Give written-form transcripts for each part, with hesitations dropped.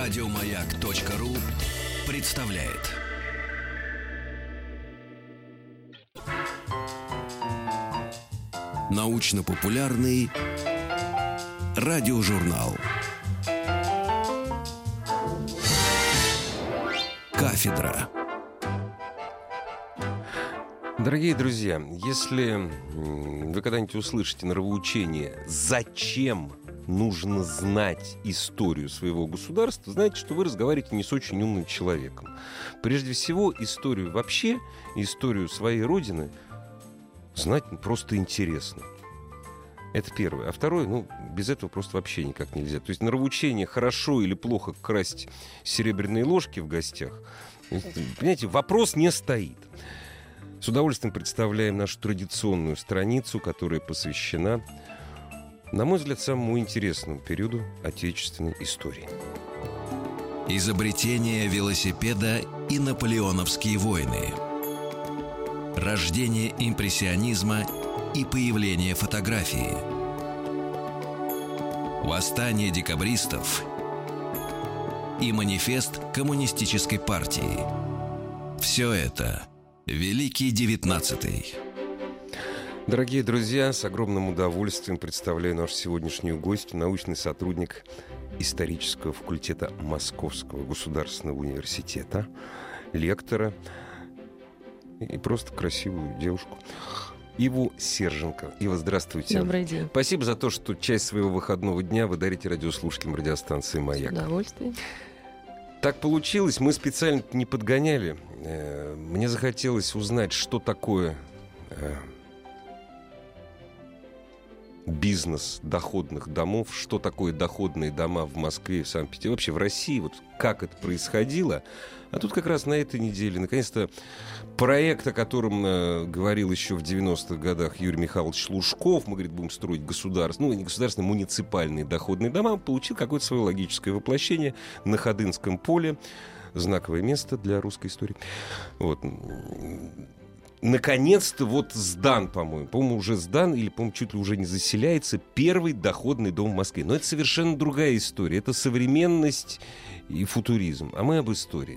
Радиомаяк.ру представляет. Научно-популярный радиожурнал. Кафедра. Дорогие друзья, если вы когда-нибудь услышите нравоучение «Зачем нужно знать историю своего государства», знаете, что вы разговариваете не с очень умным человеком. Прежде всего, историю вообще, историю своей родины знать просто интересно. Это первое. А второе, без этого просто вообще никак нельзя. То есть нравоучение хорошо или плохо красть серебряные ложки в гостях, понимаете, вопрос не стоит. С удовольствием представляем нашу традиционную страницу, которая посвящена, на мой взгляд, самому интересному периоду отечественной истории. Изобретение велосипеда и наполеоновские войны. Рождение импрессионизма и появление фотографии. Восстание декабристов и манифест коммунистической партии. Все это Великий 19-й. Дорогие друзья, с огромным удовольствием представляю нашу сегодняшнюю гостью, научный сотрудник исторического факультета Московского государственного университета, лектора и просто красивую девушку Иву Серженко. Ива, здравствуйте. Добрый день. Спасибо за то, что часть своего выходного дня вы дарите радиослушателям радиостанции «Маяк». С удовольствием. Так получилось, мы специально не подгоняли. Мне захотелось узнать, что такое бизнес доходных домов, что такое доходные дома в Москве, в Санкт-Петербурге, вообще в России, вот как это происходило. А тут как раз на этой неделе, наконец-то, проект, о котором говорил еще в 90-х годах Юрий Михайлович Лужков, мы, говорит, будем строить государственные, не государственные, муниципальные доходные дома, получил какое-то свое логическое воплощение на Ходынском поле. Знаковое место для русской истории. Вот. Наконец-то вот сдан, по-моему, уже сдан, или, по-моему, чуть ли уже не заселяется первый доходный дом в Москве. Но это совершенно другая история. Это современность и футуризм. А мы об истории.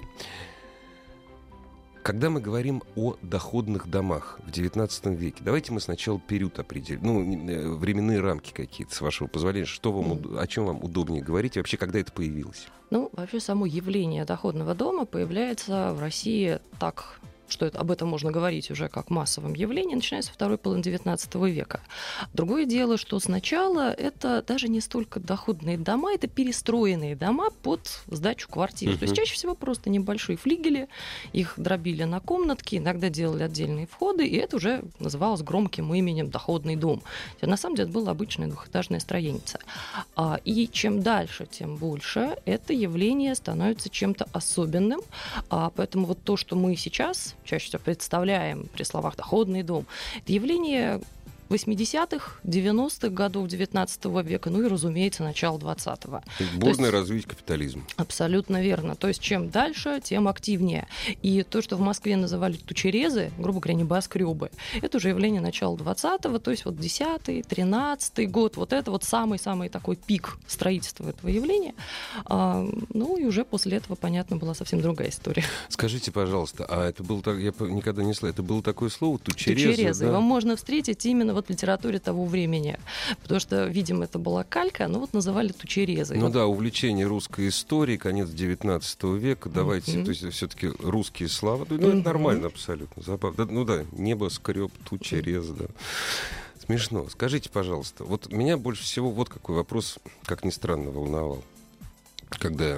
Когда мы говорим о доходных домах в XIX веке, давайте мы сначала период определим, временные рамки какие-то, с вашего позволения, о чем вам удобнее говорить, и вообще, когда это появилось? Вообще само явление доходного дома появляется в России так, что об этом можно говорить уже как массовом явлении, начиная со второй половины XIX века. Другое дело, что сначала это даже не столько доходные дома, это перестроенные дома под сдачу квартир. То есть чаще всего просто небольшие флигели, их дробили на комнатки, иногда делали отдельные входы, и это уже называлось громким именем доходный дом. На самом деле это было обычное двухэтажное строенице. И чем дальше, тем больше это явление становится чем-то особенным. Поэтому вот то, что мы сейчас чаще всего представляем при словах «доходный дом», это явление 80-х, 90-х годов XIX века, и, разумеется, начало 20-го. Бурное развитие капитализма. Абсолютно верно. То есть чем дальше, тем активнее. И то, что в Москве называли тучерезы, грубо говоря, небоскребы, это уже явление начала 20-го, то есть 10-й, 13-й год, вот это вот самый-самый такой пик строительства этого явления. И уже после этого, понятно, была совсем другая история. Скажите, пожалуйста, а это было так, я никогда не слышал, это было такое слово тучерезы? Тучерезы. Да? Его можно встретить именно в литературе того времени, потому что, видимо, это была калька, но называли тучерезы. Увлечение русской истории, конец XIX века, давайте, то есть все-таки русские слова, это нормально абсолютно, забавно. Небоскреб, тучерез, да. Смешно. Скажите, пожалуйста, вот меня больше всего вот какой вопрос, как ни странно, волновал. Когда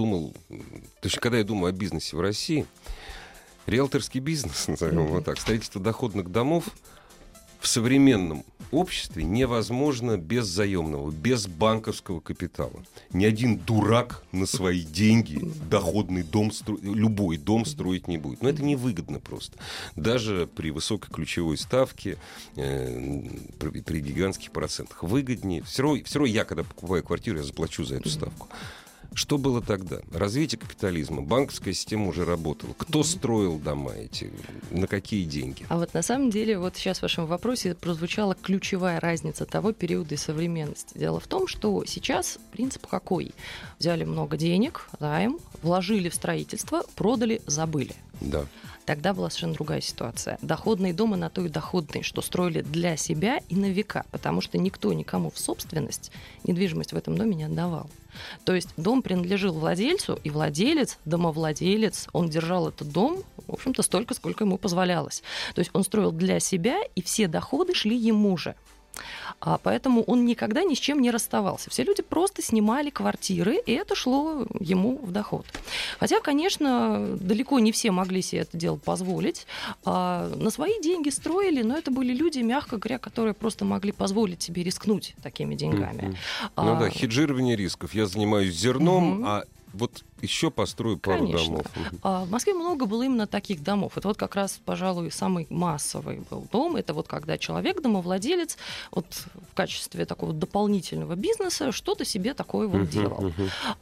я думаю о бизнесе в России, риэлторский бизнес, назовем его так, строительство доходных домов в современном обществе невозможно без заемного, без банковского капитала. Ни один дурак на свои деньги доходный дом, любой дом строить не будет. Но это невыгодно просто. Даже при высокой ключевой ставке, при гигантских процентах. Выгоднее. Все равно я, когда покупаю квартиру, я заплачу за эту ставку. Что было тогда? Развитие капитализма, банковская система уже работала. Кто строил дома эти? На какие деньги? А вот на самом деле, вот сейчас в вашем вопросе прозвучала ключевая разница того периода и современности. Дело в том, что сейчас принцип какой? Взяли много денег, займ, вложили в строительство, продали, забыли. Да. Тогда была совершенно другая ситуация. Доходные дома на то и доходные, что строили для себя и на века, потому что никто никому в собственность недвижимость в этом доме не отдавал. То есть дом принадлежал владельцу, и владелец, домовладелец, он держал этот дом, в общем-то, столько, сколько ему позволялось. То есть он строил для себя, и все доходы шли ему же. Поэтому он никогда ни с чем не расставался. Все люди просто снимали квартиры, и это шло ему в доход. Хотя, конечно, далеко не все могли себе это дело позволить. На свои деньги строили, но это были люди, мягко говоря, которые просто могли позволить себе рискнуть такими деньгами. Ну да, хеджирование рисков. Я занимаюсь зерном, а вот еще построю пару домов. В Москве много было именно таких домов. Это вот как раз, пожалуй, самый массовый был дом. Это вот когда человек, домовладелец, вот в качестве такого дополнительного бизнеса что-то себе такое вот делал.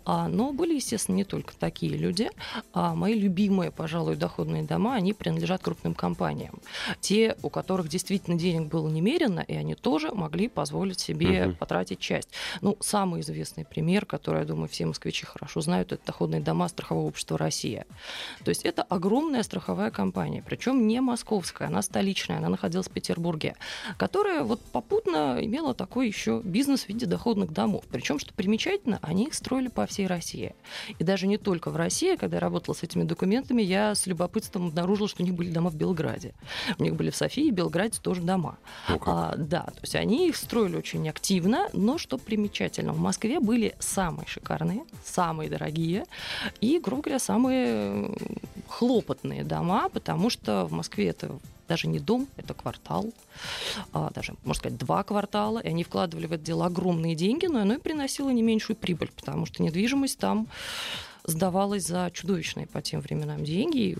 Но были, естественно, не только такие люди. Мои любимые, пожалуй, доходные дома, они принадлежат крупным компаниям. Те, у которых действительно денег было немерено, и они тоже могли позволить себе потратить часть. Ну, самый известный пример, который, я думаю, все москвичи хорошо знают, это доходные дома страхового общества «Россия». То есть это огромная страховая компания, причем не московская, она столичная, она находилась в Петербурге, которая вот попутно имела такой еще бизнес в виде доходных домов. Причем, что примечательно, они их строили по всей России. И даже не только в России. Когда я работала с этими документами, я с любопытством обнаружила, что у них были дома в Белграде. У них были в Софии и Белграде тоже дома. Да, то есть они их строили очень активно, но что примечательно, в Москве были самые шикарные, самые дорогие и, грубо говоря, самые хлопотные дома, потому что в Москве это даже не дом, это квартал, даже, можно сказать, 2 квартала, и они вкладывали в это дело огромные деньги, но оно и приносило не меньшую прибыль, потому что недвижимость там сдавалась за чудовищные по тем временам деньги,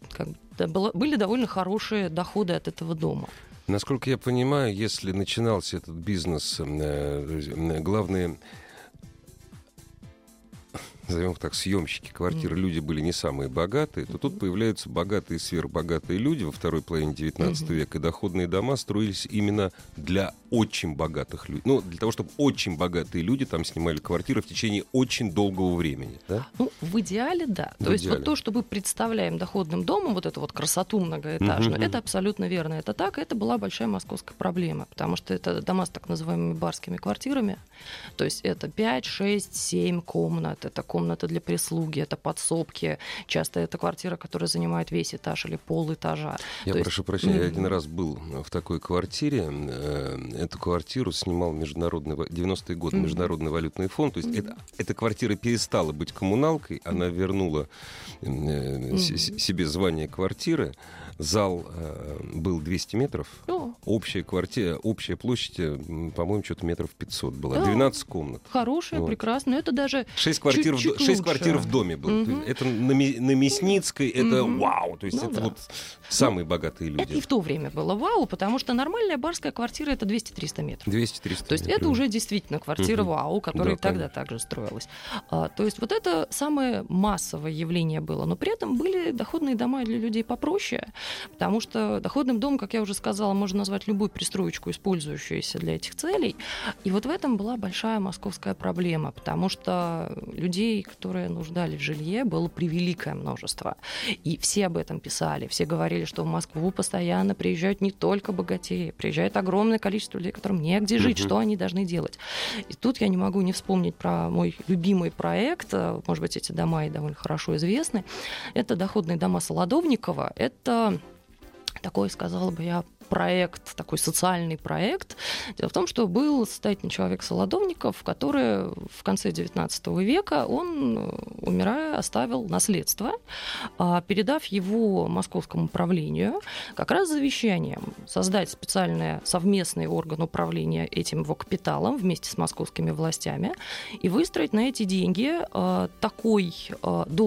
и были довольно хорошие доходы от этого дома. Насколько я понимаю, если начинался этот бизнес, главные, назовем их так, съемщики квартир, люди были не самые богатые, то тут появляются богатые и сверхбогатые люди во второй половине 19 века, и доходные дома строились именно для очень богатых людей. Ну, для того, чтобы очень богатые люди там снимали квартиры в течение очень долгого времени. Да? Ну, в идеале, да. То есть вот то, что мы представляем доходным домом, вот эту вот красоту многоэтажную, это абсолютно верно. Это так, это была большая московская проблема, потому что это дома с так называемыми барскими квартирами. То есть это 5, 6, 7 комнат, это комната для прислуги, это подсобки. Часто это квартира, которая занимает весь этаж или полэтажа. Я прошу прощения, я один раз был в такой квартире. Эту квартиру снимал 90-е годы Международный валютный фонд. То есть эта квартира перестала быть коммуналкой, она вернула себе звание квартиры. Зал был 200 метров. Общая площадь, по-моему, что-то метров 500 была. 12 комнат. Хорошая, прекрасная. Это даже 6 квартир в доме было. Это на Мясницкой, это вау. То есть это вот самые богатые люди. Это и в то время было вау, потому что нормальная барская квартира — это 200-300 метров. 200-300 То есть это уже действительно квартира вау, которая тогда также строилась. То есть вот это самое массовое явление было. Но при этом были доходные дома для людей попроще, потому что доходным домом, как я уже сказала, можно назвать любую пристроечку, использующуюся для этих целей. И вот в этом была большая московская проблема, потому что людей, которые нуждались в жилье, было превеликое множество. И все об этом писали, все говорили, что в Москву постоянно приезжают не только богатеи, приезжает огромное количество людей, которым негде жить, что они должны делать. И тут я не могу не вспомнить про мой любимый проект, может быть, эти дома и довольно хорошо известны. Это доходные дома Солодовникова. Это такой, сказала бы я, проект, такой социальный проект. Дело в том, что был состоятельный человек Солодовников, который в конце XIX века, он, умирая, оставил наследство, передав его московскому управлению как раз завещанием создать специальный совместный орган управления этим его капиталом вместе с московскими властями и выстроить на эти деньги такой дом,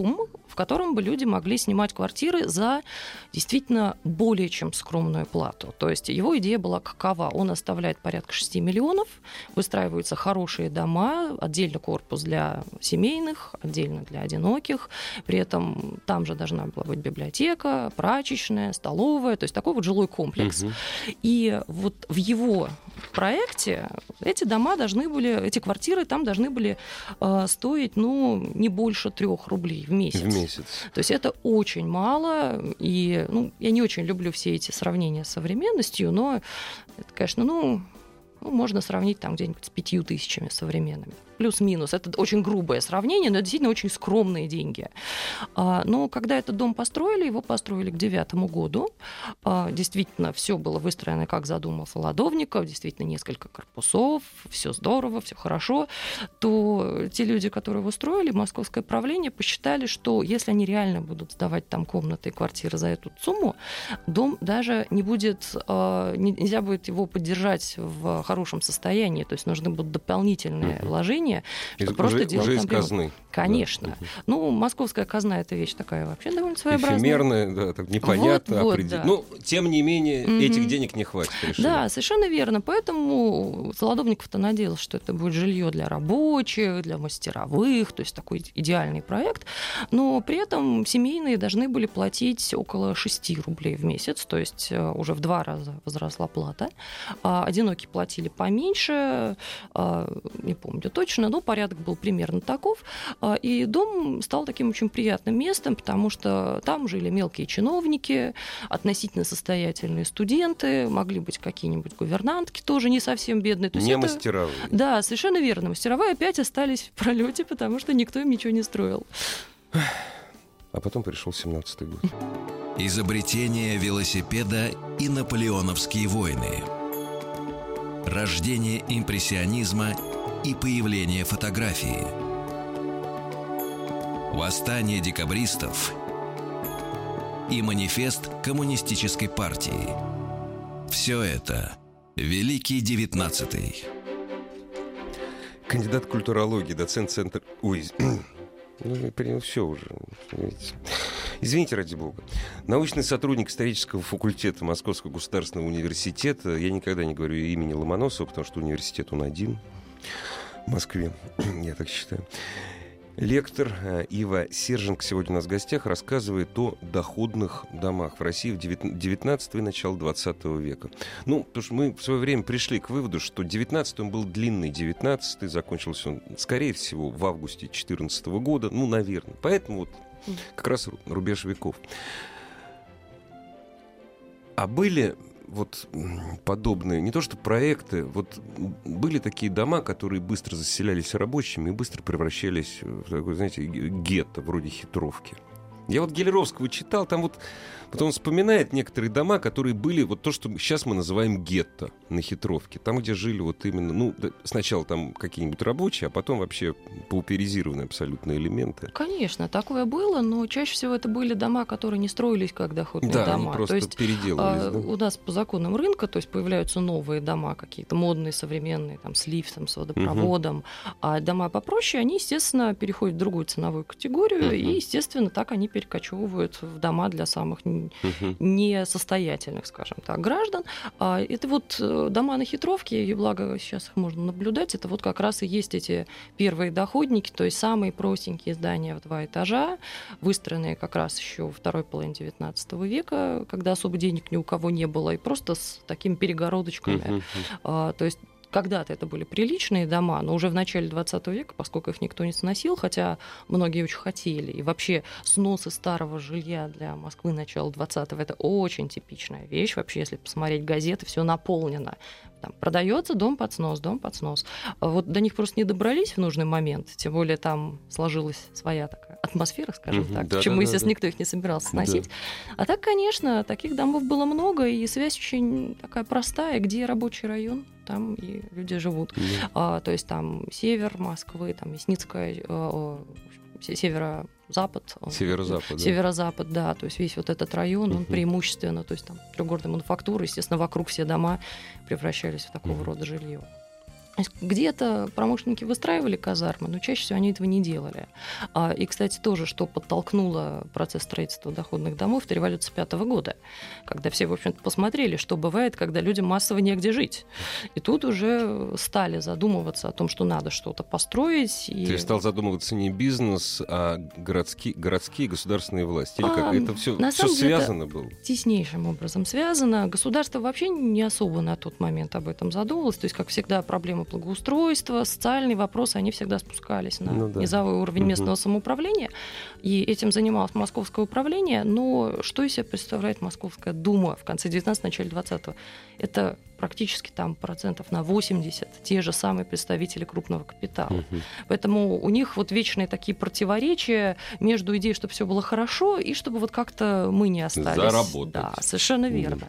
в котором бы люди могли снимать квартиры за действительно более чем скромную плату. То есть его идея была какова? Он оставляет порядка 6 миллионов, выстраиваются хорошие дома, отдельно корпус для семейных, отдельно для одиноких. При этом там же должна была быть библиотека, прачечная, столовая, то есть такой вот жилой комплекс. И вот в его проекте эти дома должны были, эти квартиры там должны были стоить, не больше 3 рублей в месяц. То есть это очень мало, и я не очень люблю все эти сравнения с современностью, но это, конечно, можно сравнить там где-нибудь с 5000 современными. Плюс-минус. Это очень грубое сравнение, но это действительно очень скромные деньги. Но когда этот дом построили, его построили к 2009 году. Действительно, все было выстроено, как задумал Солодовников, действительно, несколько корпусов, все здорово, все хорошо. То те люди, которые его строили, московское правление, посчитали, что если они реально будут сдавать там комнаты и квартиры за эту сумму, дом даже не будет, нельзя будет его поддержать в хорошем состоянии, то есть нужны будут дополнительные вложения, чтобы просто делать уже из казны. Конечно. Да. Московская казна — это вещь такая вообще довольно своеобразная. Эфемерная, да, так непонятно определить. Да. Но, тем не менее, этих денег не хватит. Решили. Да, совершенно верно. Поэтому Солодовников-то надеялся, что это будет жилье для рабочих, для мастеровых, то есть такой идеальный проект. Но при этом семейные должны были платить около 6 рублей в месяц, то есть уже в 2 раза возросла плата. Одинокие платили поменьше, не помню точно, но порядок был примерно таков. И дом стал таким очень приятным местом, потому что там жили мелкие чиновники, относительно состоятельные студенты, могли быть какие-нибудь гувернантки, тоже не совсем бедные. То есть не мастеровые. Да, совершенно верно. Мастеровые опять остались в пролете, потому что никто им ничего не строил. А потом пришел 17-й год. Изобретение велосипеда и наполеоновские войны. Рождение импрессионизма и появление фотографии. Восстание декабристов и манифест коммунистической партии. Все это Великий 19-й. Кандидат культурологии, доцент центра... все уже. Извините, ради бога. Научный сотрудник исторического факультета Московского государственного университета. Я никогда не говорю имени Ломоносова, потому что университет он один в Москве. Я так считаю. Лектор Ива Серженко сегодня у нас в гостях рассказывает о доходных домах в России в 19 и начало 20 века. Потому что мы в свое время пришли к выводу, что 19 он был длинный, 19-й, закончился он, скорее всего, в августе 14 года, наверное. Поэтому как раз рубеж веков. А были подобные, не то что проекты, были такие дома, которые быстро заселялись рабочими и быстро превращались в такое, знаете, гетто, вроде Хитровки. Я Гелеровского читал, там он вспоминает некоторые дома, которые были то, что сейчас мы называем гетто на Хитровке. Там, где жили именно, сначала там какие-нибудь рабочие, а потом вообще пауперизированные абсолютно элементы. Конечно, такое было, но чаще всего это были дома, которые не строились как доходные дома. Да, они просто переделывались. Да? У нас по законам рынка, то есть появляются новые дома какие-то модные, современные, там, с лифтом, с водопроводом. А дома попроще, они, естественно, переходят в другую ценовую категорию, и, естественно, так они перекочевывают в дома для самых несостоятельных, скажем так, граждан. Это дома на Хитровке, и благо сейчас их можно наблюдать, это как раз и есть эти первые доходники, то есть самые простенькие здания в 2 этажа, выстроенные как раз еще во второй половине 19 века, когда особо денег ни у кого не было, и просто с такими перегородочками. То есть когда-то это были приличные дома, но уже в начале 20 века, поскольку их никто не сносил, хотя многие очень хотели. И вообще сносы старого жилья для Москвы начала 20-го — это очень типичная вещь. Вообще, если посмотреть газеты, все наполнено. Там продается дом под снос, дом под снос. До них просто не добрались в нужный момент, тем более там сложилась своя такая атмосфера, скажем так, почему, естественно, никто их не собирался сносить. А так, конечно, таких домов было много, и связь очень такая простая, где рабочий район, там и люди живут. То есть там север Москвы, там Мясницкая, северо-запад. Северо-запад, да. То есть весь этот район, он преимущественно, то есть там трехгорная мануфактура, естественно, вокруг все дома превращались в такого рода жилье. Где-то промышленники выстраивали казармы, но чаще всего они этого не делали. И, кстати, тоже, что подтолкнуло процесс строительства доходных домов, это революция 5-го года, когда все, в общем-то, посмотрели, что бывает, когда людям массово негде жить. И тут уже стали задумываться о том, что надо что-то построить. Ты стал задумываться не бизнес, а городские государственные власти? Или как? Это все связано было? Теснейшим образом связано. Государство вообще не особо на тот момент об этом задумывалось. То есть, как всегда, проблемы благоустройства, социальные вопросы, они всегда спускались на низовой уровень местного самоуправления. И этим занималось Московское управление. Но что из себя представляет Московская дума в конце 19-го, начале 20-го? Это практически там процентов на 80 те же самые представители крупного капитала. Поэтому у них вот вечные такие противоречия между идеей, чтобы все было хорошо, и чтобы вот как-то мы не остались. Заработать. Да, совершенно верно.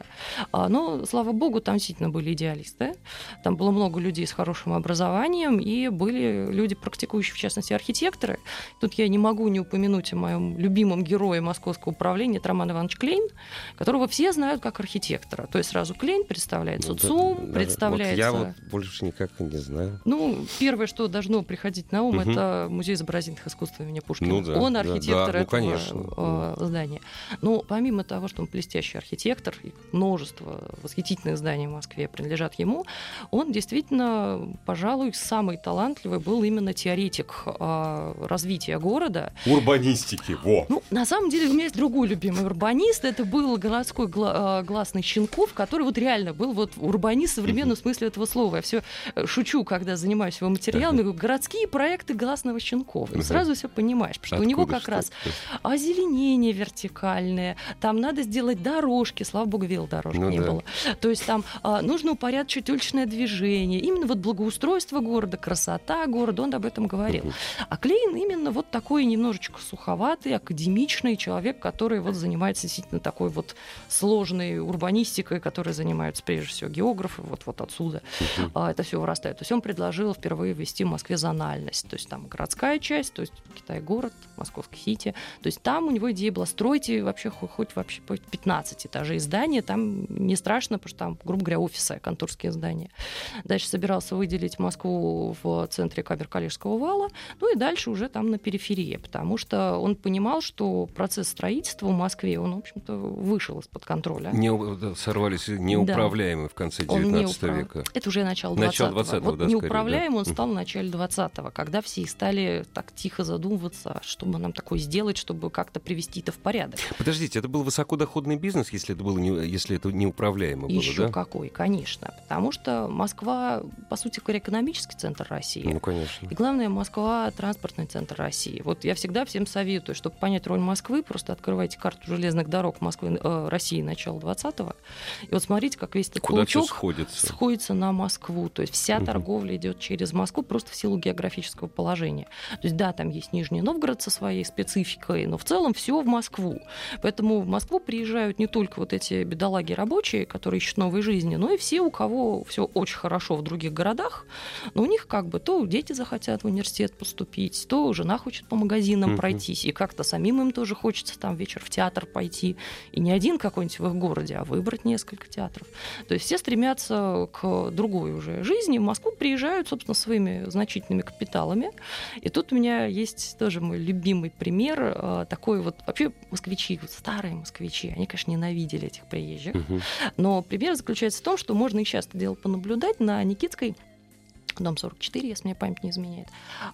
Но, слава богу, там действительно были идеалисты. Там было много людей с хорошим образованием, и были люди, практикующие, в частности, архитекторы. Тут я не могу не упомянуть о моем любимом герое Московского управления, это Роман Иванович Клейн, которого все знают как архитектора. То есть сразу Клейн представляет ЦУМ, представляется... Вот я больше никак не знаю. Первое, что должно приходить на ум, это Музей изобразительных искусств имени Пушкина. Он архитектор этого здания. Но помимо того, что он блестящий архитектор, и множество восхитительных зданий в Москве принадлежат ему, он действительно, пожалуй, самый талантливый был именно теоретик развития города. Урбанистики, во! На самом деле у меня есть другой любимый урбанист. Это был городской гласный Щенков, который вот реально был вот урбанист в современном смысле этого слова. Я все шучу, когда занимаюсь его материалом, говорю, городские проекты гласного Щенкова. И сразу все понимаешь, потому что у него как раз озеленение вертикальное, там надо сделать дорожки, слава богу, велодорожек не было. То есть там нужно упорядочить уличное движение. Именно вот благоустройство города, красота города, он об этом говорил. А Клейн именно вот такой немножечко суховатый, академичный человек, который вот занимается действительно такой вот сложной урбанистикой, которой занимаются прежде всего географы, вот отсюда это все вырастает. То есть он предложил впервые ввести в Москве зональность. То есть там городская часть, то есть Китай-город, Московский Сити. То есть там у него идея была стройте вообще хоть вообще 15 этажей здания, там не страшно, потому что там, грубо говоря, офисы, конторские здания. Дальше собирался выделить Москву в центре Кабер-Калежского вала, и дальше уже там на периферии, потому что он понимал, что процесс строительства в Москве, он, в общем-то, вышел из-под контроля. Сорвались неуправляемые в конце 19 века. Это уже начало 20-го. Вот неуправляемым он стал в начале 20-го, когда все стали так тихо задумываться, что бы нам такое сделать, чтобы как-то привести это в порядок. Подождите, это был высокодоходный бизнес, если это неуправляемо было, Еще какой, конечно. Потому что Москва, по сути говоря, экономический центр России. Конечно. И главное, Москва — транспортный центр России. Вот я всегда всем советую, чтобы понять роль Москвы, просто открывайте карту железных дорог Москвы, России начала 20-го, и вот смотрите, как весь этот клубок сходится на Москву. То есть вся торговля идет через Москву просто в силу географического положения. То есть да, там есть Нижний Новгород со своей спецификой, но в целом все в Москву. Поэтому в Москву приезжают не только вот эти бедолаги рабочие, которые ищут новой жизни, но и все, у кого все очень хорошо в других городах, но у них как бы то дети захотят в университет поступить, то жена хочет по магазинам пройтись, и как-то самим им тоже хочется там вечер в театр пойти. И не один какой-нибудь в их городе, а выбрать несколько театров. То есть все стремятся к другой уже жизни. В Москву приезжают, собственно, своими значительными капиталами. И тут у меня есть тоже мой любимый пример. Такой вот вообще москвичи, вот старые москвичи, они, конечно, ненавидели этих приезжих. Но пример заключается в том, что можно их часто дело понаблюдать на Никитской, дом 44, если мне память не изменяет.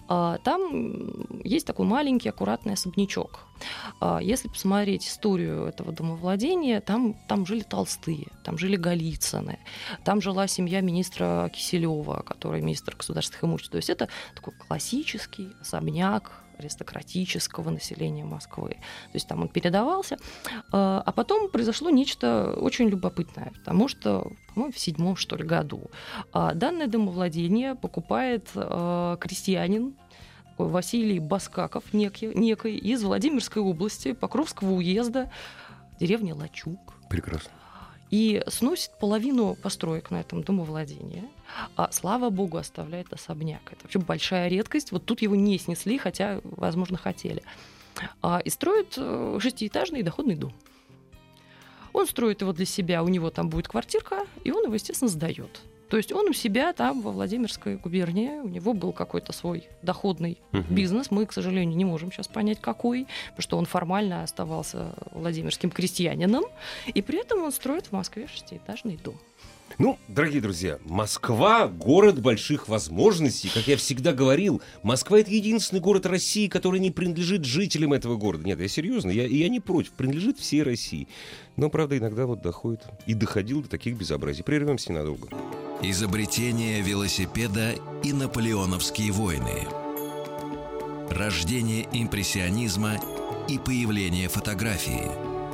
Там есть такой маленький, аккуратный особнячок. Если посмотреть историю этого домовладения, там жили Толстые, там жили Голицыны, там жила семья министра Киселева, который министр государственных имуществ. То есть это такой классический особняк аристократического населения Москвы. То есть там он передавался. А потом произошло нечто очень любопытное, потому что, по-моему, в 7-м, что ли, году данное домовладение покупает крестьянин Василий Баскаков, некий из Владимирской области, Покровского уезда, деревня Лачуг. Прекрасно. И сносит половину построек на этом домовладении, а, слава богу, оставляет особняк. Это вообще большая редкость. Вот тут его не снесли, хотя, возможно, хотели. И строит 6-этажный доходный дом. Он строит его для себя, у него там будет квартирка, и он его, естественно, сдает. То есть он у себя там во Владимирской губернии, у него был какой-то свой доходный бизнес. Мы, к сожалению, не можем сейчас понять, какой, потому что он формально оставался владимирским крестьянином, и при этом он строит в Москве 6-этажный дом. Ну, дорогие друзья, Москва — город больших возможностей. Как я всегда говорил, Москва — это единственный город России, который не принадлежит жителям этого города. Нет, я серьезно, я не против, принадлежит всей России. Но, правда, иногда вот доходит и доходил до таких безобразий. Прервемся ненадолго. Изобретение велосипеда и наполеоновские войны. Рождение импрессионизма и появление фотографии.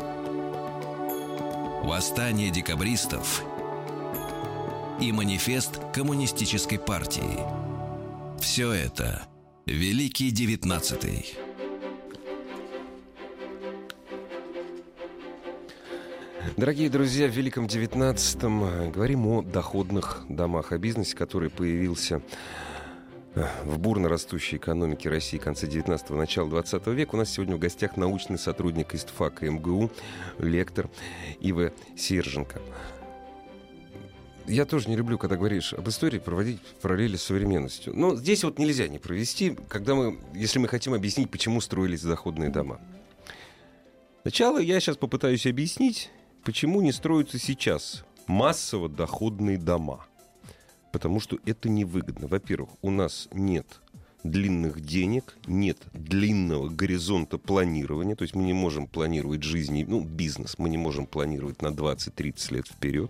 Восстание декабристов и манифест коммунистической партии. Все это Великий 19-й. Дорогие друзья, в Великом 19-м говорим о доходных домах, о бизнесе, который появился в бурно растущей экономике России конца 19-го, начала 20 века. У нас сегодня в гостях научный сотрудник ИСТФАКа МГУ, лектор Ива Серженко. Я тоже не люблю, когда говоришь об истории, проводить параллели с современностью. Но здесь вот нельзя не провести, если мы хотим объяснить, почему строились доходные дома. Сначала я сейчас попытаюсь объяснить, почему не строятся сейчас массово доходные дома. Потому что это невыгодно. Во-первых, у нас нет длинных денег, нет длинного горизонта планирования. То есть мы не можем планировать жизнь, бизнес мы не можем планировать на 20-30 лет вперед.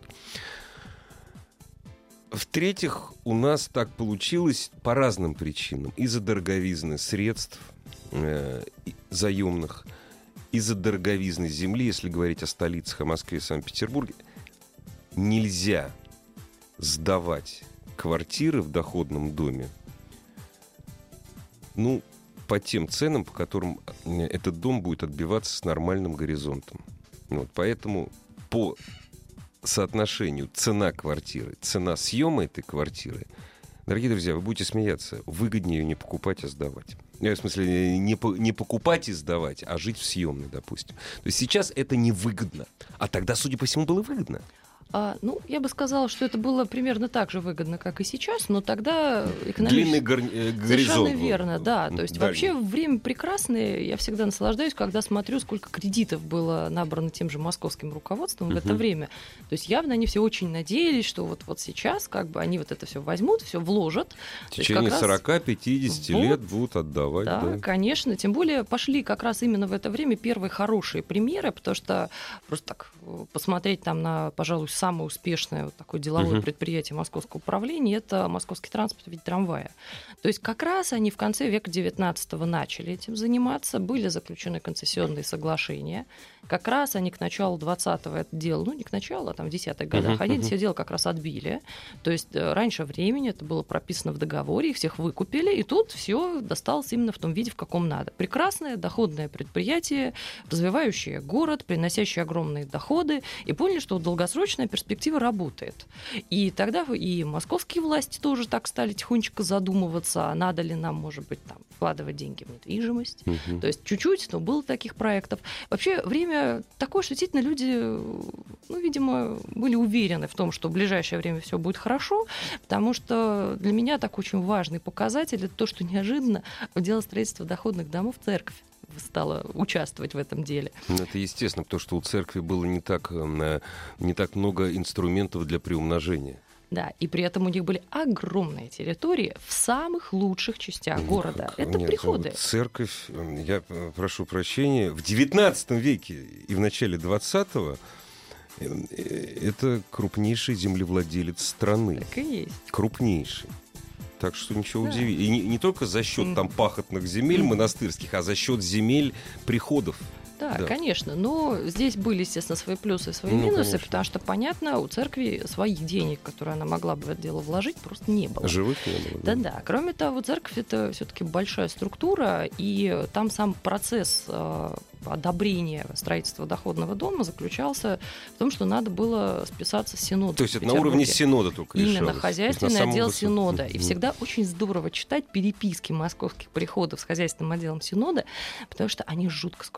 В-третьих, у нас так получилось по разным причинам. Из-за дороговизны средств заемных, из-за дороговизны земли, если говорить о столицах, о Москве и Санкт-Петербурге, нельзя сдавать квартиры в доходном доме, по тем ценам, по которым этот дом будет отбиваться с нормальным горизонтом. Поэтому по соотношению цена квартиры, цена съема этой квартиры, дорогие друзья, вы будете смеяться, выгоднее ее не покупать, а сдавать. В смысле, не покупать и сдавать, а жить в съемной, допустим. То есть сейчас это невыгодно. А тогда, судя по всему, было выгодно. Я бы сказала, что это было примерно так же выгодно, как и сейчас, но тогда экономически... Длинный горизонт. Совершенно верно, да. То есть дальний. вообще время прекрасное. Я всегда наслаждаюсь, когда смотрю, сколько кредитов было набрано тем же московским руководством в это время. То есть явно они все очень надеялись, что вот сейчас они вот это все возьмут, все вложат. В течение 40-50 лет будут отдавать. Да, конечно. Тем более пошли как раз именно в это время первые хорошие примеры, потому что просто так посмотреть там на, пожалуй, самое успешное такое деловое предприятие московского управления — это московский транспорт в виде трамвая. То есть как раз они в конце века XIX начали этим заниматься, были заключены концессионные соглашения. Как раз они к началу 20-го это дело, не к началу, а там в 10-х годах, они это все дело как раз отбили. То есть раньше времени это было прописано в договоре, их всех выкупили, и тут все досталось именно в том виде, в каком надо. Прекрасное доходное предприятие, развивающее город, приносящее огромные доходы, и поняли, что долгосрочная перспектива работает. И тогда и московские власти тоже так стали тихонечко задумываться, надо ли нам, может быть, там, вкладывать деньги в недвижимость. То есть чуть-чуть, но было таких проектов. Вообще время такое, что действительно люди, видимо, были уверены в том, что в ближайшее время все будет хорошо, потому что для меня такой очень важный показатель — это то, что неожиданно в дело строительства доходных домов церковь стала участвовать в этом деле. Это естественно, потому что у церкви было не так много инструментов для приумножения. Да, и при этом у них были огромные территории в самых лучших частях города. Это приходы. Церковь, я прошу прощения, в XIX веке и в начале XX это крупнейший землевладелец страны. Так и есть. Крупнейший. Так что ничего удивительного. И не только за счет там пахотных земель монастырских, а за счет земель приходов. Да, конечно. Но здесь были, естественно, свои плюсы и свои минусы, конечно. потому что, понятно, у церкви своих денег, которые она могла бы в это дело вложить, просто не было. Живых не было. Да. Кроме того, церковь — это все-таки большая структура, и там сам процесс одобрения строительства доходного дома заключался в том, что надо было списаться с синодом. То есть это на уровне синода только решалось. Именно хозяйственный отдел синода. И всегда очень здорово читать переписки московских приходов с хозяйственным отделом синода, потому что они жутко скрупулезны.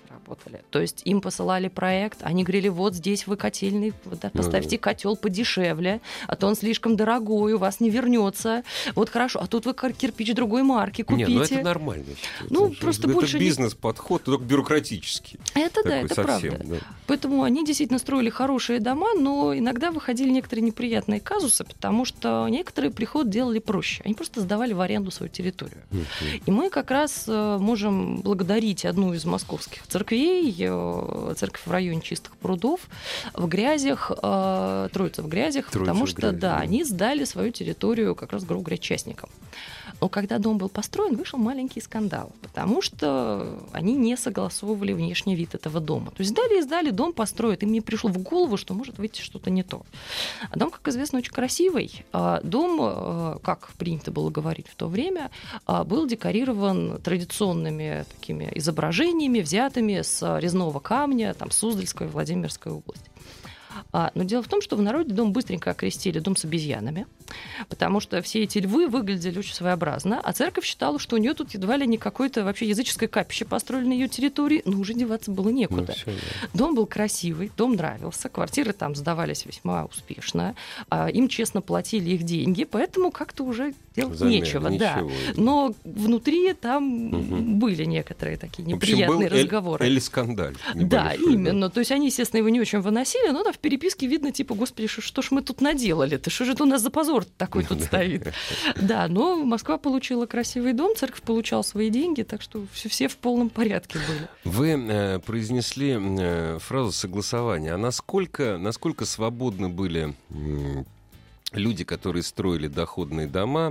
работали. То есть им посылали проект, они говорили, вот здесь вы котельный, поставьте котел подешевле, а то он слишком дорогой, у вас не вернется. Вот хорошо, а тут вы кирпич другой марки купите. Нет, это нормально. Просто это больше бизнес-подход, только бюрократический. Это да, это совсем, правда. Да. Поэтому они действительно строили хорошие дома, но иногда выходили некоторые неприятные казусы, потому что некоторые приход делали проще. Они просто сдавали в аренду свою территорию. И мы как раз можем благодарить одну из московских церквей, церковь в районе Чистых прудов, в Грязях, Троица в Грязях, потому что, они сдали свою территорию как раз, грубо говоря, частникам. Но когда дом был построен, вышел маленький скандал, потому что они не согласовывали внешний вид этого дома. То есть сдали, дом построят. Им не пришло в голову, что может выйти что-то не то. А дом, как известно, очень красивый. Дом, как принято было говорить в то время, был декорирован традиционными такими изображениями, взятыми с резного камня, там, Суздальской и Владимирской области. Но дело в том, что в народе дом быстренько окрестили дом с обезьянами, потому что все эти львы выглядели очень своеобразно, а церковь считала, что у нее тут едва ли не какое-то вообще языческое капище построено на ее территории, но уже деваться было некуда. Дом был красивый, дом нравился, квартиры там сдавались весьма успешно, им честно платили их деньги, поэтому как-то уже делать нечего. Да. Но внутри там были некоторые такие неприятные разговоры. Или скандаль. Да, именно. То есть они, естественно, его не очень выносили, но там в переписке видно, типа, господи, что ж мы тут наделали-то? Что же это у нас за позор такой тут стоит? Да, но Москва получила красивый дом, церковь получала свои деньги, так что все в полном порядке были. Вы произнесли фразу «согласование». А насколько свободны были люди, которые строили доходные дома,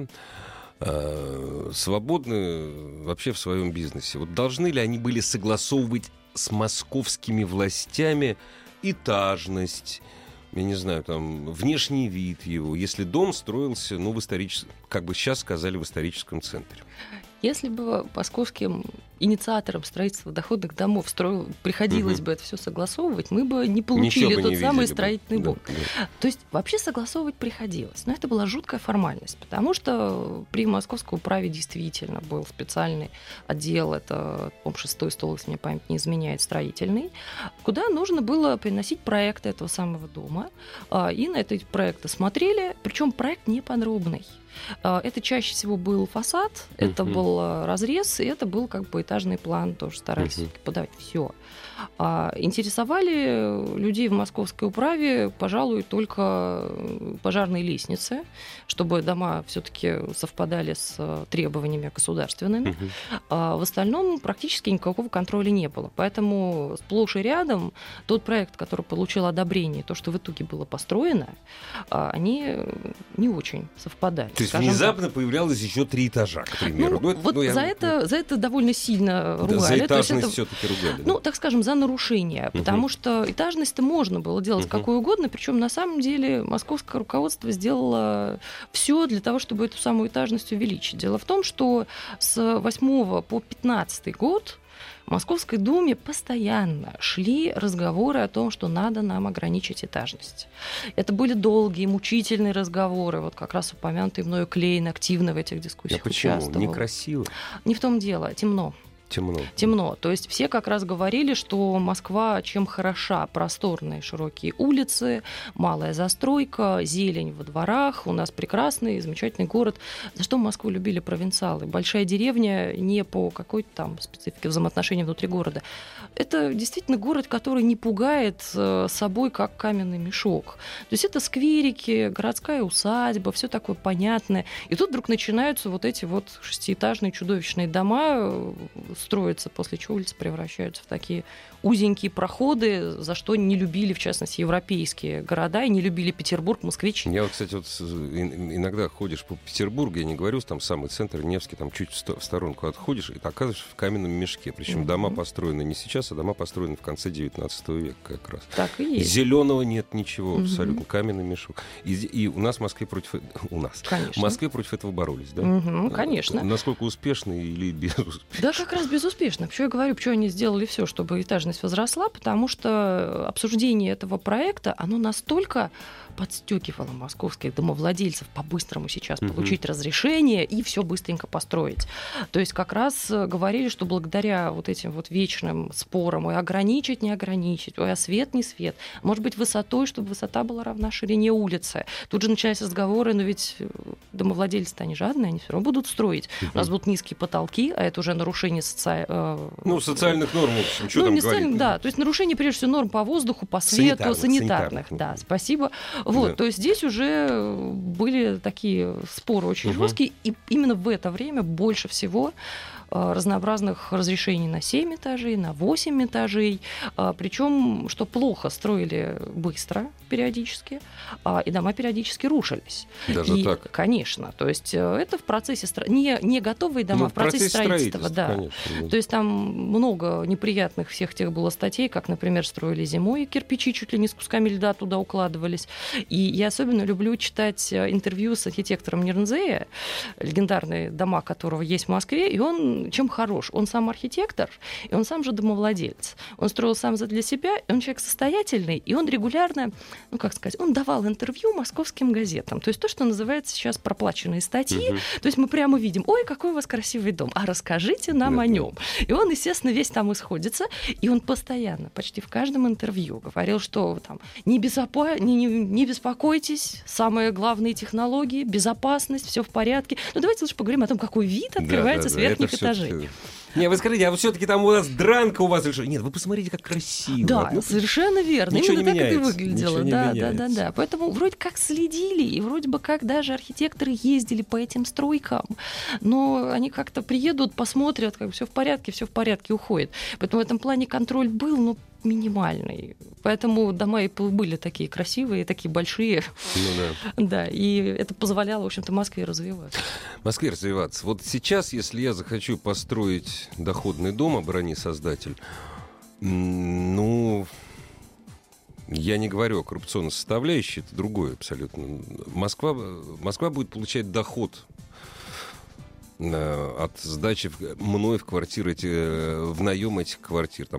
свободны вообще в своем бизнесе? Вот должны ли они были согласовывать с московскими властями этажность, я не знаю, там, внешний вид его, если дом строился, в историческом, как бы сейчас сказали, в историческом центре? Если бы московским инициаторам строительства доходных домов приходилось бы это все согласовывать, мы бы не получили тот самый строительный бум. Да. То есть вообще согласовывать приходилось. Но это была жуткая формальность, потому что при Московском управе действительно был специальный отдел, это, по-моему, 6-й стол, если мне память не изменяет, строительный, куда нужно было приносить проекты этого самого дома. И на эти проекты смотрели, причем проект не подробный. Это чаще всего был фасад, это был разрез, и это был как бы этажный план, тоже старались подавать все. Интересовали людей в Московской управе, пожалуй, только пожарные лестницы, чтобы дома все-таки совпадали с требованиями государственными. В остальном практически никакого контроля не было. Поэтому сплошь и рядом тот проект, который получил одобрение, то, что в итоге было построено, они не очень совпадали. То есть внезапно появлялось еще 3 этажа, к примеру. За это довольно сильно ругали. За этажность все-таки ругали. Так скажем, за нарушение, потому что этажность-то можно было делать какой угодно, причем на самом деле московское руководство сделало все для того, чтобы эту самую этажность увеличить. Дело в том, что с 8 по 15 год в Московской думе постоянно шли разговоры о том, что надо нам ограничить этажность. Это были долгие, мучительные разговоры. Вот как раз упомянутый мною Клейн активно в этих дискуссиях участвовал. Почему? Некрасиво? Не в том дело. Темно. То есть все как раз говорили, что Москва чем хороша: просторные широкие улицы, малая застройка, зелень во дворах. У нас прекрасный, замечательный город. За что Москву любили провинциалы? Большая деревня не по какой-то там специфике взаимоотношений внутри города. Это действительно город, который не пугает собой, как каменный мешок. То есть это скверики, городская усадьба, все такое понятное. И тут вдруг начинаются вот эти вот 6-этажные чудовищные дома строятся, после чего улицы превращаются в такие узенькие проходы, за что не любили, в частности, европейские города, и не любили Петербург, москвичи. Я, кстати, иногда ходишь по Петербургу, я не говорю, там самый центр, Невский, там чуть в сторонку отходишь, и ты оказываешься в каменном мешке. Причем дома построены не сейчас, а дома построены в конце 19 века как раз. Так и есть. Зеленого нет ничего, абсолютно. Каменный мешок. И у нас в Москве против... В Москве против этого боролись, да? Конечно. Насколько успешно или безуспешно? Да, как раз безуспешно. Почему я говорю, почему они сделали все, чтобы этажность популярность возросла, потому что обсуждение этого проекта, оно настолько подстёкивало московских домовладельцев по-быстрому сейчас получить разрешение и все быстренько построить. То есть как раз говорили, что благодаря вот этим вот вечным спорам, ой, ограничить, не ограничить, ой, а свет, не свет, может быть, высотой, чтобы высота была равна ширине улицы. Тут же начались разговоры, но ведь домовладельцы-то они жадные, они все равно будут строить. У нас будут низкие потолки, а это уже нарушение социальных норм, в общем, что там говорить. Да, то есть нарушение, прежде всего, норм по воздуху, по свету, санитарных. Да, спасибо. Вот, то есть здесь уже были такие споры очень жесткие, и именно в это время больше всего разнообразных разрешений на 7 этажей, на 8 этажей. Причем, что плохо, строили быстро периодически, и дома периодически рушились. Даже так? Конечно. То есть это в процессе не готовые дома, в процессе строительства. Да. Конечно. То есть там много неприятных всех тех было статей, как, например, строили зимой, кирпичи чуть ли не с кусками льда туда укладывались. И я особенно люблю читать интервью с архитектором Нирнзея, легендарные дома которого есть в Москве, и он чем хорош? Он сам архитектор, и он сам же домовладелец. Он строил сам для себя, и он человек состоятельный, и он регулярно, он давал интервью московским газетам. То есть то, что называется сейчас проплаченные статьи. То есть мы прямо видим, ой, какой у вас красивый дом, а расскажите нам о нем. И он, естественно, весь там исходится, и он постоянно, почти в каждом интервью говорил, что там, не беспокойтесь, самые главные технологии, безопасность, все в порядке. Но давайте лучше поговорим о том, какой вид открывается с верхних этажей. Не, вы скажите, а вот все-таки там у нас дранка у вас решила. Нет, вы посмотрите, как красиво. Да, совершенно верно. Именно так это и выглядело. Да. Поэтому вроде как следили, и вроде бы как даже архитекторы ездили по этим стройкам, но они как-то приедут, посмотрят, как все в порядке, уходят. Поэтому в этом плане контроль был, минимальный. Поэтому дома и были такие красивые, такие большие. Да, и это позволяло, в общем-то, Москве развиваться. Вот сейчас, если я захочу построить доходный дом, оборони создатель, я не говорю о коррупционной составляющей, это другое абсолютно. Москва будет получать доход от сдачи мной в квартиры, в наем этих квартир.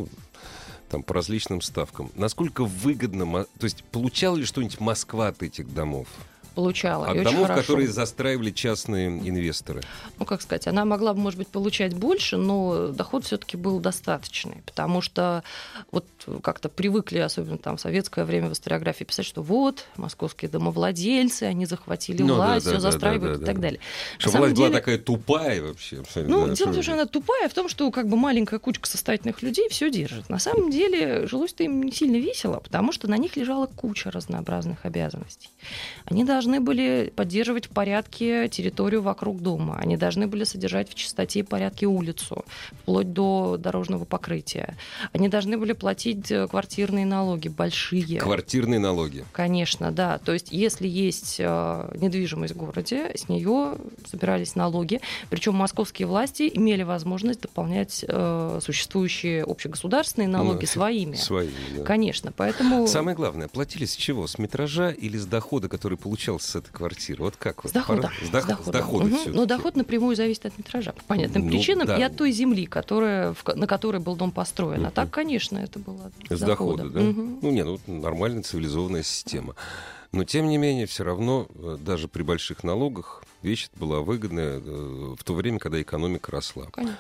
Там по различным ставкам. Насколько выгодно, то есть получала ли что-нибудь Москва от этих домов? Получала. От домов, которые застраивали частные инвесторы. Она могла бы, может быть, получать больше, но доход все-таки был достаточный, потому что вот как-то привыкли, особенно там в советское время в историографии, писать, что вот, московские домовладельцы, они захватили власть, все застраивают и так далее. Что власть была такая тупая вообще. Дело в том, что она тупая в том, что маленькая кучка состоятельных людей все держит. На самом деле жилось-то им не сильно весело, потому что на них лежала куча разнообразных обязанностей. Они должны были поддерживать в порядке территорию вокруг дома. Они должны были содержать в чистоте и порядке улицу, вплоть до дорожного покрытия. Они должны были платить квартирные налоги, большие. Квартирные налоги? Конечно, да. То есть, если есть недвижимость в городе, с нее собирались налоги. Причем московские власти имели возможность дополнять существующие общегосударственные налоги своими. Да. Конечно, поэтому... Самое главное, платили с чего? С метража или с дохода, который получался с этой квартиры? Вот как? С дохода. С дохода. Но доход напрямую зависит от метража, по понятным причинам, и от той земли, на которой был дом построен. А так, конечно, это было с дохода. Да? Нормальная цивилизованная система. Но, тем не менее, все равно, даже при больших налогах, вещь была выгодная в то время, когда экономика росла. Конечно.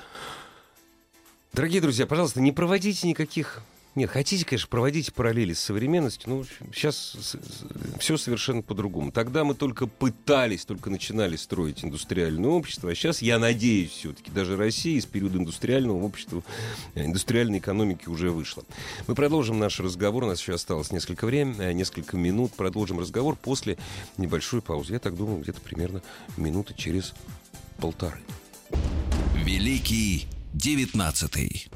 Дорогие друзья, пожалуйста, не проводите никаких... Нет, хотите, конечно, проводите параллели с современностью, но сейчас все совершенно по-другому. Тогда мы только начинали строить индустриальное общество, а сейчас, я надеюсь, все-таки даже Россия из периода индустриального общества, индустриальной экономики уже вышла. Мы продолжим наш разговор, у нас еще осталось несколько минут, продолжим разговор после небольшой паузы. Я так думаю, где-то примерно минуты через 1,5. Великий 19.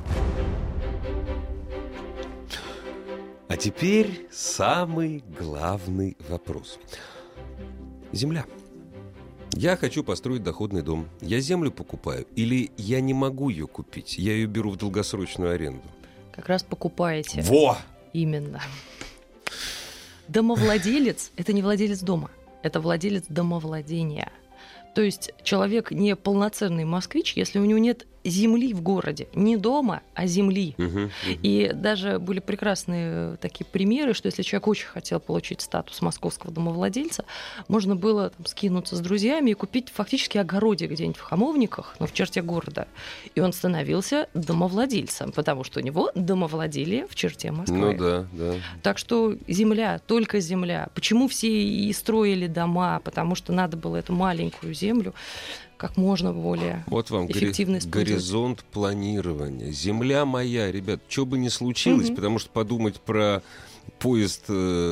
А теперь самый главный вопрос. Земля. Я хочу построить доходный дом. Я землю покупаю или я не могу ее купить? Я ее беру в долгосрочную аренду. Как раз покупаете. Во! Именно. Домовладелец – это не владелец дома, это владелец домовладения. То есть человек не полноценный москвич, если у него нет земли в городе. Не дома, а земли. Мгм. И даже были прекрасные такие примеры, что если человек очень хотел получить статус московского домовладельца, можно было там скинуться с друзьями и купить фактически огородик где-нибудь в Хамовниках, но в черте города. И он становился домовладельцем, потому что у него домовладели в черте Москвы. Ну да, да. Так что земля, только земля. Почему все и строили дома? Потому что надо было эту маленькую землю как можно более Вот вам эффективно использовать. горизонт планирования. Земля моя, ребят, что бы ни случилось, потому что подумать про поезд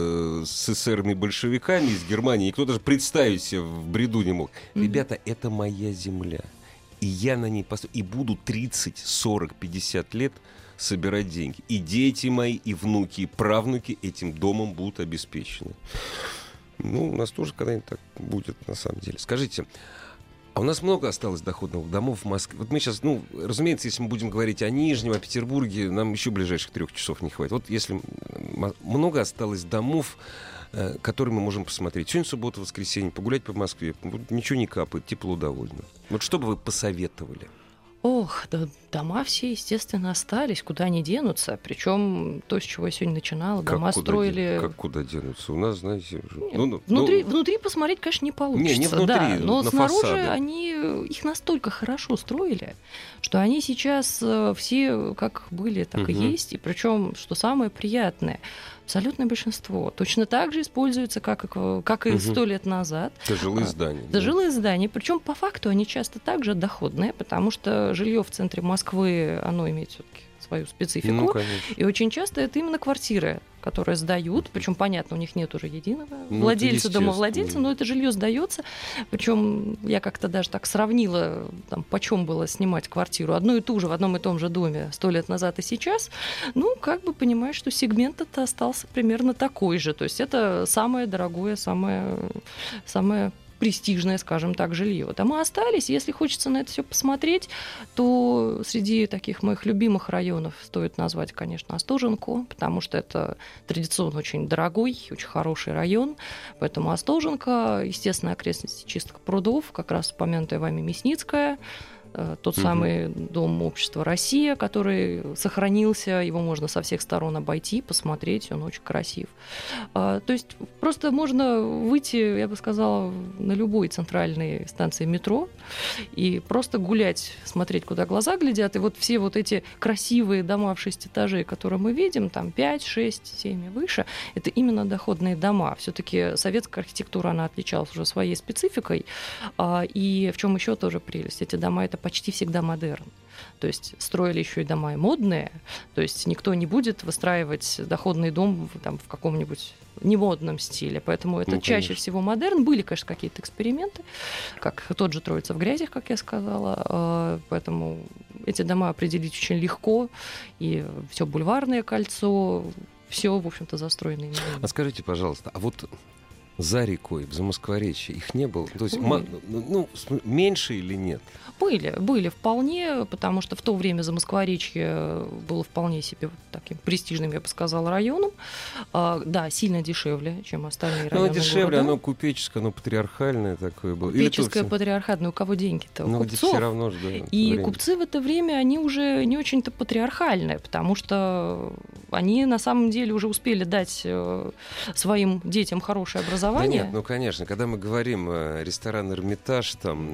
с эсерами большевиками из Германии никто даже представить себе в бреду не мог. Ребята, это моя земля. И я на ней и буду 30, 40, 50 лет собирать деньги. И дети мои, и внуки, и правнуки этим домом будут обеспечены. Ну, у нас тоже когда-нибудь так будет, на самом деле. Скажите, а у нас много осталось доходных домов в Москве? Вот мы сейчас, ну, разумеется, если мы будем говорить о Нижнем, о Петербурге, нам еще ближайших 3 часов не хватит. Вот если много осталось домов, которые мы можем посмотреть. Сегодня суббота, воскресенье, погулять по Москве, ничего не капает, тепло довольно. Вот что бы вы посоветовали? Ох, да, дома все, естественно, остались, куда они денутся. Причем то, с чего я сегодня начинала, дома строили... Как куда денутся? У нас, знаете... Нет, внутри посмотреть, конечно, не получится. Не внутри, да, но на снаружи фасады. они их настолько хорошо строили, что они сейчас все как были, так и есть. И причем, что самое приятное, абсолютное большинство точно так же используется, как и 100 лет назад. Это жилые здания. Это жилые здания. Причем по факту они часто также доходные, потому что жилье в центре Москвы, оно имеет все-таки свою специфику. Ну, конечно. И очень часто это именно квартиры, которые сдают. Причем, понятно, у них нет уже единого владельца, домовладельца, но это жилье сдается. Причем я как-то даже так сравнила, там, почем было снимать квартиру одну и ту же в одном и том же доме 100 лет назад и сейчас. Ну, как бы понимаешь, что сегмент-то остался примерно такой же. То есть это самое дорогое, самое престижное, скажем так, жилье. Дома остались. Если хочется на это все посмотреть, то среди таких моих любимых районов стоит назвать, конечно, Остоженку, потому что это традиционно очень дорогой, очень хороший район. Поэтому Остоженка, естественно, окрестности чистых прудов, как раз упомянутая вами Мясницкая, тот самый Дом общества «Россия», который сохранился, его можно со всех сторон обойти, посмотреть, он очень красив. То есть просто можно выйти, я бы сказала, на любой центральной станции метро и просто гулять, смотреть, куда глаза глядят. И вот все вот эти красивые дома в 6 этажей, которые мы видим, там 5, 6, 7 и выше, это именно доходные дома. Все-таки советская архитектура, она отличалась уже своей спецификой. И в чем еще тоже прелесть? Эти дома — это почти всегда модерн. То есть строили еще и дома и модные. То есть никто не будет выстраивать доходный дом там, в каком-нибудь немодном стиле. Поэтому это чаще всего модерн. Были, конечно, какие-то эксперименты, как тот же «Троица в грязях», как я сказала. Поэтому эти дома определить очень легко. И все бульварное кольцо, все, в общем-то, застроено именно. А скажите, пожалуйста, а вот за рекой, в Замоскворечье, их не было? То есть меньше или нет? Были вполне, потому что в то время Замоскворечье было вполне себе таким престижным, я бы сказала, районом. Да, сильно дешевле, чем остальные районы. Ну, дешевле, города. оно купеческое, оно патриархальное такое было. Купеческое, патриархатное. У кого деньги-то? У купцов. Все равно же, да, И время. купцы в это время, они уже не очень-то патриархальные, потому что они на самом деле уже успели дать своим детям хорошее образование. Да нет, ну, конечно, когда мы говорим ресторан «Эрмитаж», там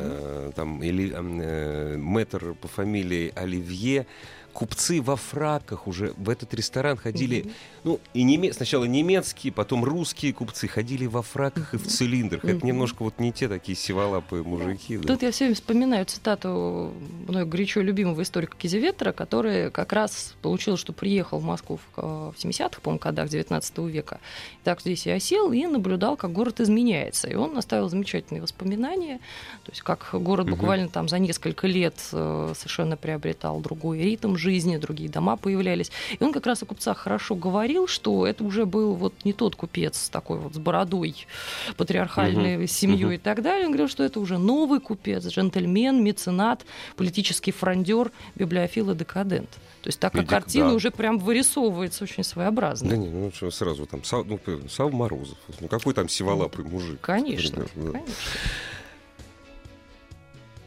или мэтр по фамилии Оливье, купцы во фраках уже в этот ресторан ходили, ну, и сначала немецкие, потом русские купцы ходили во фраках и в цилиндрах. Это немножко вот не те такие сиволапые мужики. Да. Тут я все время вспоминаю цитату мной горячо любимого историка Кизеветера, который как раз получил, что приехал в Москву в 70-х, по-моему, годах 19 века. Так здесь и осел, и наблюдал, как город изменяется. И он оставил замечательные воспоминания, то есть как город буквально там за несколько лет совершенно приобретал другой ритм жизни, другие дома появлялись. И он как раз о купцах хорошо говорил, что это уже был вот не тот купец такой вот с бородой, патриархальной семьей и так далее. Он говорил, что это уже новый купец, джентльмен, меценат, политический фрондер, библиофил и декадент. То есть так как картина уже прям вырисовывается очень своеобразно. Да нет, ну что сразу там Сав Морозов. Ну какой там сиволапый мужик? Конечно, например, да. конечно.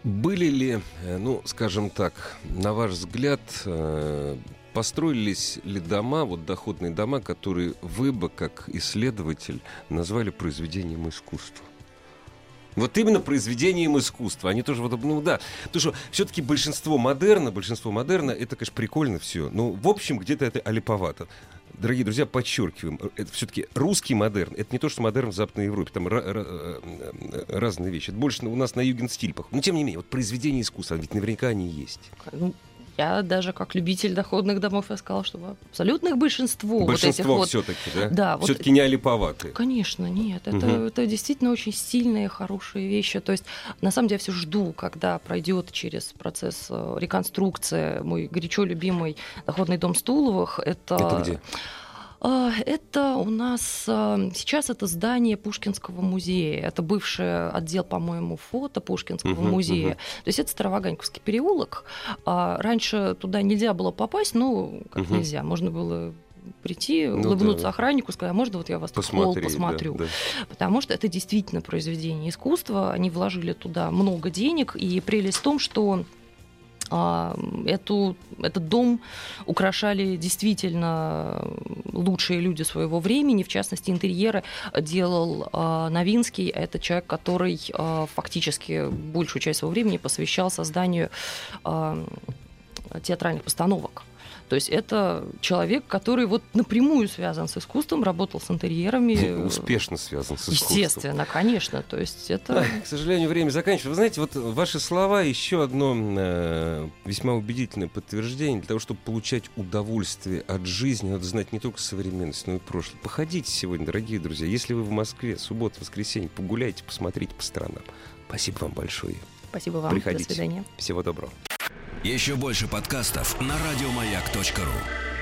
Были ли, ну, скажем так, на ваш взгляд, построились ли дома, вот доходные дома, которые вы бы, как исследователь, назвали произведением искусства? Вот именно произведением искусства. Они тоже, вот, ну да. Потому что все-таки большинство модерна, это, конечно, прикольно все. Но, в общем, где-то это олиповато. Дорогие друзья, подчеркиваем, это все-таки русский модерн. Это не то, что модерн в Западной Европе. Там разные вещи. Это больше у нас на югенстиль похоже. Но, тем не менее, вот произведения искусства, ведь наверняка они есть. Ну, я даже как любитель доходных домов, я сказала, что абсолютное большинство Большинство вот этих все-таки, да? Да, все-таки не олиповатые. Конечно, нет. Это действительно очень стильные, хорошие вещи. То есть, на самом деле, я все жду, когда пройдет через процесс реконструкции мой горячо любимый доходный дом Стуловых. Это где? Это у нас сейчас это здание Пушкинского музея. Это бывший отдел, по-моему, фото Пушкинского музея. То есть это Староваганьковский переулок. Раньше туда нельзя было попасть, ну, как нельзя. Можно было прийти, улыбнуться охраннику, сказать, а можно вот я вас в холл посмотрю? Да. Потому что это действительно произведение искусства. Они вложили туда много денег. И прелесть в том, что этот дом украшали действительно лучшие люди своего времени. В частности, интерьеры делал Новинский. Это человек, который фактически большую часть своего времени посвящал созданию театральных постановок. То есть это человек, который вот напрямую связан с искусством, работал с интерьерами. Успешно связан с искусством. Естественно, конечно. То есть это... К сожалению, время заканчивается. Вы знаете, вот ваши слова еще одно весьма убедительное подтверждение. Для того, чтобы получать удовольствие от жизни, надо знать не только современность, но и прошлое. Походите сегодня, дорогие друзья. Если вы в Москве, суббота, воскресенье, погуляйте, посмотрите по сторонам. Спасибо вам большое. Спасибо вам. Приходите. До свидания. Всего доброго. Еще больше подкастов на радиомаяк.ру.